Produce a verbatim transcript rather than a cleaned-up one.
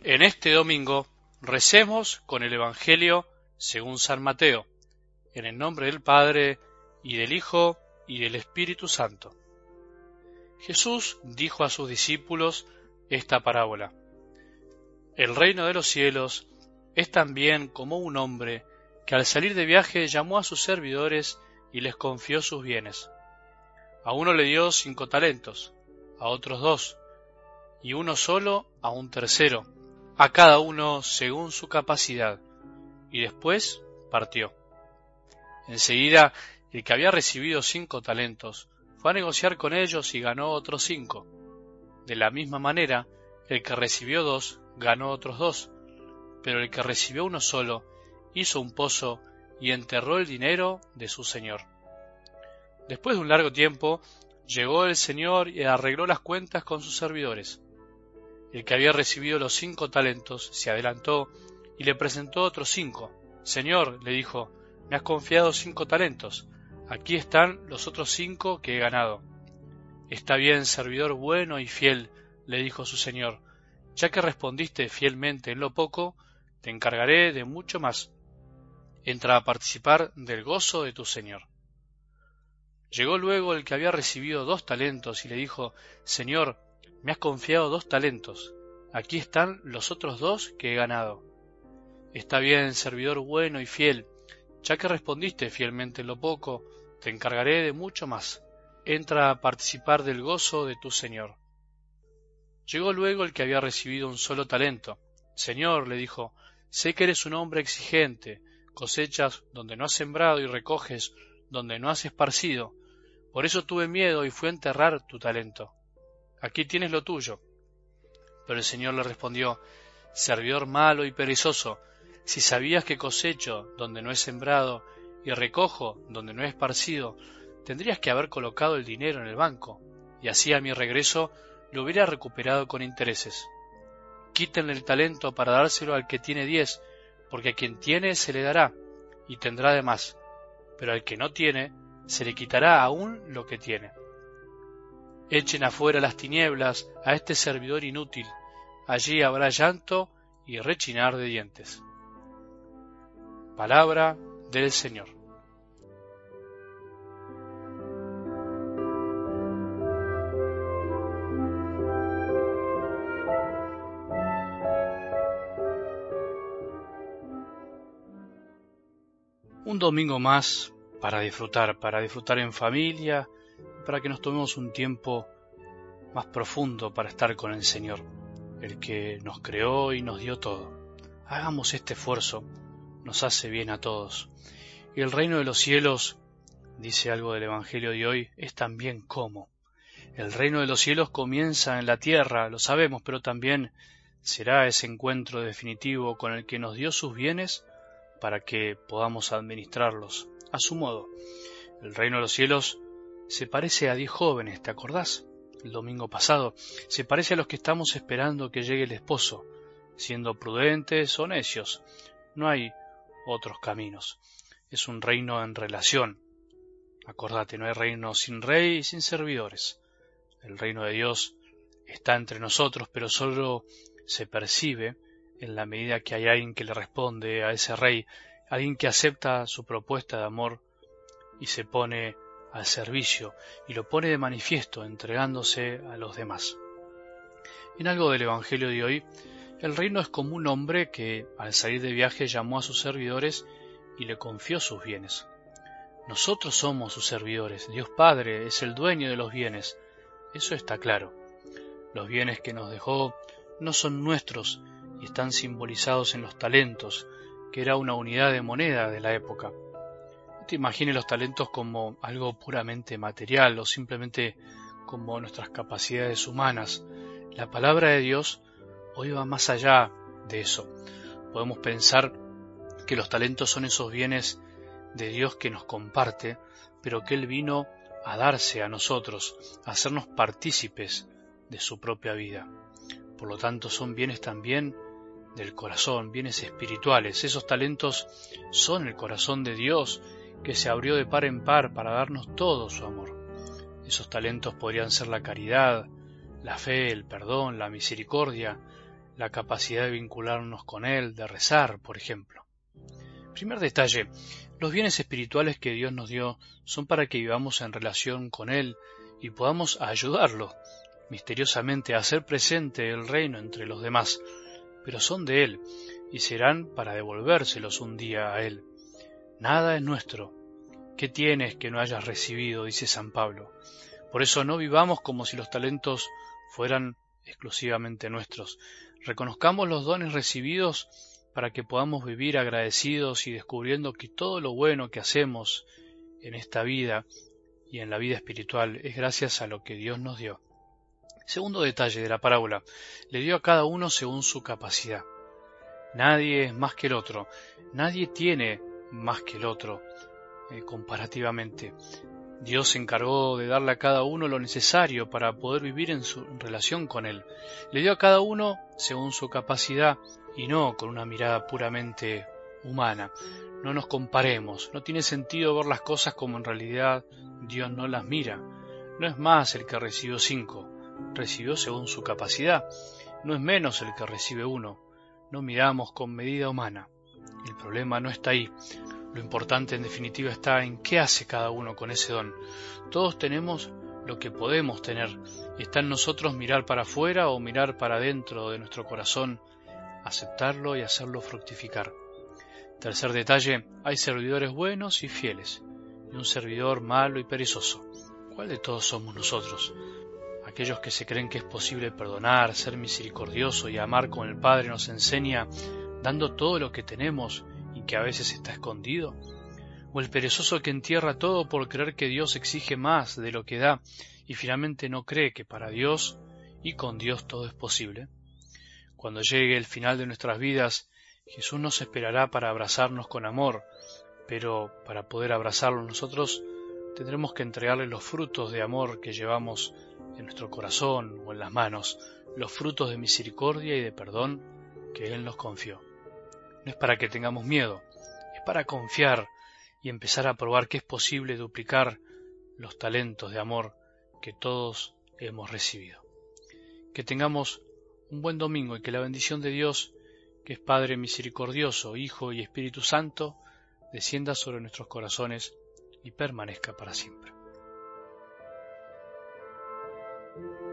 En este domingo recemos con el Evangelio según San Mateo, en el nombre del Padre, y del Hijo, y del Espíritu Santo. Jesús dijo a sus discípulos esta parábola: El reino de los cielos es también como un hombre que al salir de viaje llamó a sus servidores y les confió sus bienes. A uno le dio cinco talentos, a otros dos, y uno solo a un tercero, a cada uno según su capacidad, y después partió. Enseguida, el que había recibido cinco talentos fue a negociar con ellos y ganó otros cinco. De la misma manera, el que recibió dos ganó otros dos, pero el que recibió uno solo hizo un pozo y enterró el dinero de su señor. Después de un largo tiempo, llegó el señor y arregló las cuentas con sus servidores. El que había recibido los cinco talentos se adelantó y le presentó otros cinco. Señor, le dijo, me has confiado cinco talentos. Aquí están los otros cinco que he ganado. Está bien, servidor bueno y fiel, le dijo su señor. Ya que respondiste fielmente en lo poco, te encargaré de mucho más. Entra a participar del gozo de tu señor. Llegó luego el que había recibido dos talentos y le dijo, Señor, me has confiado dos talentos. Aquí están los otros dos que he ganado. Está bien, servidor bueno y fiel. Ya que respondiste fielmente en lo poco, te encargaré de mucho más. Entra a participar del gozo de tu señor. Llegó luego el que había recibido un solo talento. Señor, le dijo, sé que eres un hombre exigente, cosechas donde no has sembrado y recoges donde no has esparcido. Por eso tuve miedo y fui a enterrar tu talento. Aquí tienes lo tuyo. Pero el Señor le respondió, servidor malo y perezoso, si sabías que cosecho donde no he sembrado y recojo donde no he esparcido, tendrías que haber colocado el dinero en el banco, y así a mi regreso lo hubiera recuperado con intereses. Quítenle el talento para dárselo al que tiene diez, porque a quien tiene se le dará, y tendrá de más, pero al que no tiene, se le quitará aún lo que tiene. Echen afuera las tinieblas a este servidor inútil, allí habrá llanto y rechinar de dientes. Palabra del Señor. Un domingo más para disfrutar, para disfrutar en familia, para que nos tomemos un tiempo más profundo para estar con el Señor, el que nos creó y nos dio todo. Hagamos este esfuerzo, nos hace bien a todos. Y el reino de los cielos, dice algo del Evangelio de hoy, es también como. El reino de los cielos comienza en la tierra, lo sabemos, pero también será ese encuentro definitivo con el que nos dio sus bienes para que podamos administrarlos a su modo. El reino de los cielos se parece a diez jóvenes, ¿te acordás? El domingo pasado, se parece a los que estamos esperando que llegue el esposo, siendo prudentes o necios. No hay otros caminos. Es un reino en relación. Acordate, no hay reino sin rey y sin servidores. El reino de Dios está entre nosotros, pero solo se percibe en la medida que hay alguien que le responde a ese rey, alguien que acepta su propuesta de amor y se pone al servicio, y lo pone de manifiesto, entregándose a los demás. En algo del Evangelio de hoy, el reino es como un hombre que, al salir de viaje, llamó a sus servidores y le confió sus bienes. Nosotros somos sus servidores, Dios Padre es el dueño de los bienes, eso está claro. Los bienes que nos dejó no son nuestros y están simbolizados en los talentos, que era una unidad de moneda de la época. No te imagines los talentos como algo puramente material o simplemente como nuestras capacidades humanas. La palabra de Dios hoy va más allá de eso. Podemos pensar que los talentos son esos bienes de Dios que nos comparte, pero que Él vino a darse a nosotros, a hacernos partícipes de su propia vida. Por lo tanto, son bienes también del corazón, bienes espirituales. Esos talentos son el corazón de Dios, que se abrió de par en par para darnos todo su amor. Esos talentos podrían ser la caridad, la fe, el perdón, la misericordia, la capacidad de vincularnos con Él, de rezar, por ejemplo. Primer detalle, los bienes espirituales que Dios nos dio son para que vivamos en relación con Él y podamos ayudarlo misteriosamente a hacer presente el reino entre los demás, pero son de Él y serán para devolvérselos un día a Él. Nada es nuestro. ¿Qué tienes que no hayas recibido?, dice San Pablo. Por eso no vivamos como si los talentos fueran exclusivamente nuestros. Reconozcamos los dones recibidos para que podamos vivir agradecidos y descubriendo que todo lo bueno que hacemos en esta vida y en la vida espiritual es gracias a lo que Dios nos dio. Segundo detalle de la parábola, le dio a cada uno según su capacidad. Nadie es más que el otro, nadie tiene más que el otro eh, comparativamente. Dios se encargó de darle a cada uno lo necesario para poder vivir en su relación con Él. Le dio a cada uno según su capacidad y no con una mirada puramente humana. No nos comparemos, no tiene sentido ver las cosas como en realidad Dios no las mira. No es más el que recibió cinco, recibió según su capacidad. No es menos el que recibe uno. No miramos con medida humana. El problema no está ahí. Lo importante en definitiva está en qué hace cada uno con ese don. Todos tenemos lo que podemos tener y está en nosotros mirar para afuera o mirar para adentro de nuestro corazón, aceptarlo y hacerlo fructificar. Tercer detalle, hay servidores buenos y fieles y un servidor malo y perezoso. ¿Cuál de todos somos nosotros? Aquellos que se creen que es posible perdonar, ser misericordioso y amar como el Padre nos enseña, dando todo lo que tenemos y que a veces está escondido, o el perezoso que entierra todo por creer que Dios exige más de lo que da y finalmente no cree que para Dios y con Dios todo es posible. Cuando llegue el final de nuestras vidas, Jesús nos esperará para abrazarnos con amor, pero para poder abrazarlo nosotros tendremos que entregarle los frutos de amor que llevamos en nuestro corazón o en las manos, los frutos de misericordia y de perdón que Él nos confió. No es para que tengamos miedo, es para confiar y empezar a probar que es posible duplicar los talentos de amor que todos hemos recibido. Que tengamos un buen domingo y que la bendición de Dios, que es Padre misericordioso, Hijo y Espíritu Santo, descienda sobre nuestros corazones y permanezca para siempre.